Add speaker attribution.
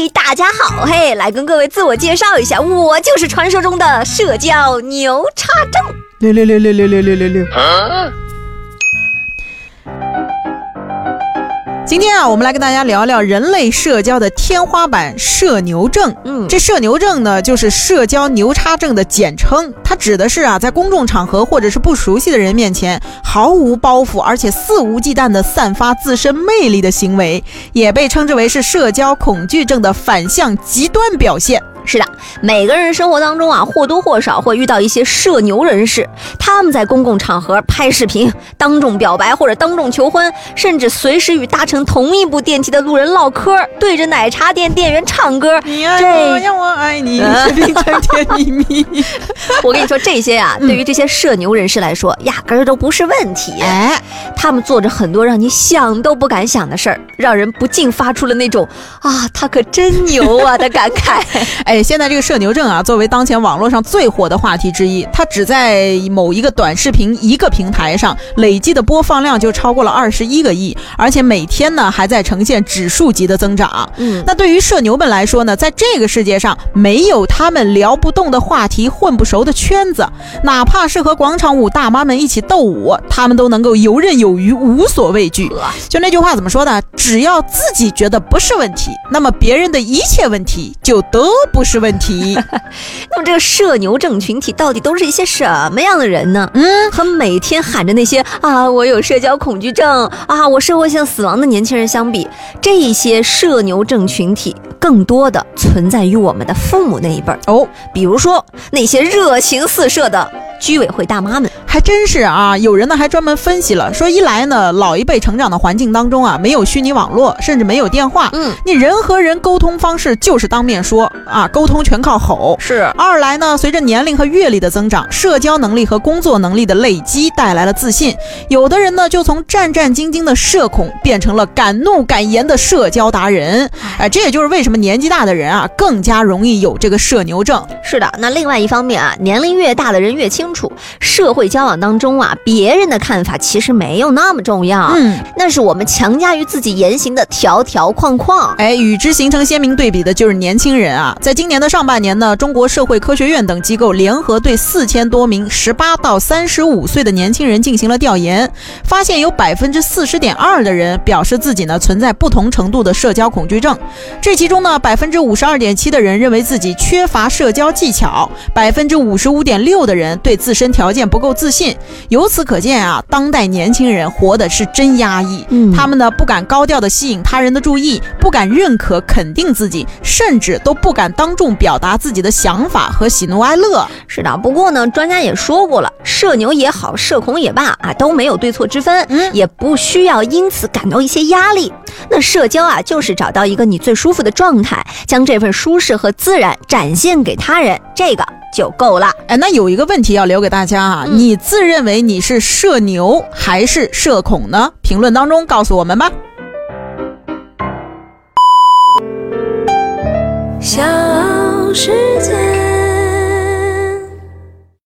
Speaker 1: 嘿，大家好，嘿，来跟各位自我介绍一下，我就是传说中的社交牛叉症。
Speaker 2: 今天啊，我们来跟大家聊聊人类社交的天花板——社牛症。这社牛症呢，就是社交牛叉症的简称。它指的是啊，在公众场合或者是不熟悉的人面前，毫无包袱，而且肆无忌惮地散发自身魅力的行为，也被称之为是社交恐惧症的反向极端表现。
Speaker 1: 是的，每个人生活当中啊，或多或少会遇到一些社牛人士，他们在公共场合拍视频，当众表白或者当众求婚，甚至随时与搭乘同一部电梯的路人唠嗑，对着奶茶店店员唱歌。
Speaker 2: 你爱我，让我爱你，是冰城甜蜜蜜。
Speaker 1: 我跟你说，这些啊，对于这些社牛人士来说，压根儿都不是问题。他们做着很多让你想都不敢想的事儿，让人不禁发出了那种啊，他可真牛啊的感慨。
Speaker 2: 现在这个社牛症啊，作为当前网络上最火的话题之一，它只在某一个短视频一个平台上累计的播放量就超过了21个亿，而且每天呢还在呈现指数级的增长。那对于社牛们来说呢，在这个世界上没有他们聊不动的话题，混不熟的圈子，哪怕是和广场舞大妈们一起斗舞，他们都能够游刃有余，无所畏惧。就那句话怎么说的？只要自己觉得不是问题，那么别人的一切问题就都不是问题。
Speaker 1: 那么这个社牛症群体到底都是一些什么样的人呢？和每天喊着那些啊我有社交恐惧症啊我社会性死亡的年轻人相比，这一些社牛症群体更多的存在于我们的父母那一辈儿。比如说那些热情四射的居委会大妈们。
Speaker 2: 还真是啊，有人呢还专门分析了，说一来呢，老一辈成长的环境当中啊，没有虚拟网络，甚至没有电话，你人和人沟通方式就是当面说啊，沟通全靠吼。
Speaker 1: 是。
Speaker 2: 二来呢，随着年龄和阅历的增长，社交能力和工作能力的累积带来了自信，有的人呢就从战战兢兢的社恐变成了敢怒敢言的社交达人。这也就是为什么年纪大的人啊更加容易有这个社牛症。
Speaker 1: 是的，那另外一方面啊，年龄越大的人越清楚，社会交往当中啊，别人的看法其实没有那么重要，那是我们强加于自己言行的条条框框。
Speaker 2: 与之形成鲜明对比的就是年轻人啊。在今年的上半年呢，中国社会科学院等机构联合对4000多名18到35岁的年轻人进行了调研，发现有 40.2% 的人表示自己呢存在不同程度的社交恐惧症。这其中呢 52.7% 的人认为自己缺乏社交技巧， 55.6% 的人对自身条件不够自信。由此可见啊，当代年轻人活的是真压抑。他们呢不敢高调的吸引他人的注意，不敢认可肯定自己，甚至都不敢当众表达自己的想法和喜怒哀乐。
Speaker 1: 是的，不过呢，专家也说过了，社牛也好，社恐也罢啊，都没有对错之分，也不需要因此感到一些压力。那社交啊，就是找到一个你最舒服的状态，将这份舒适和自然展现给他人，这个就够了。
Speaker 2: 那有一个问题要留给大家啊，你自认为你是社牛还是社恐呢？评论当中告诉我们吧。
Speaker 3: 小世界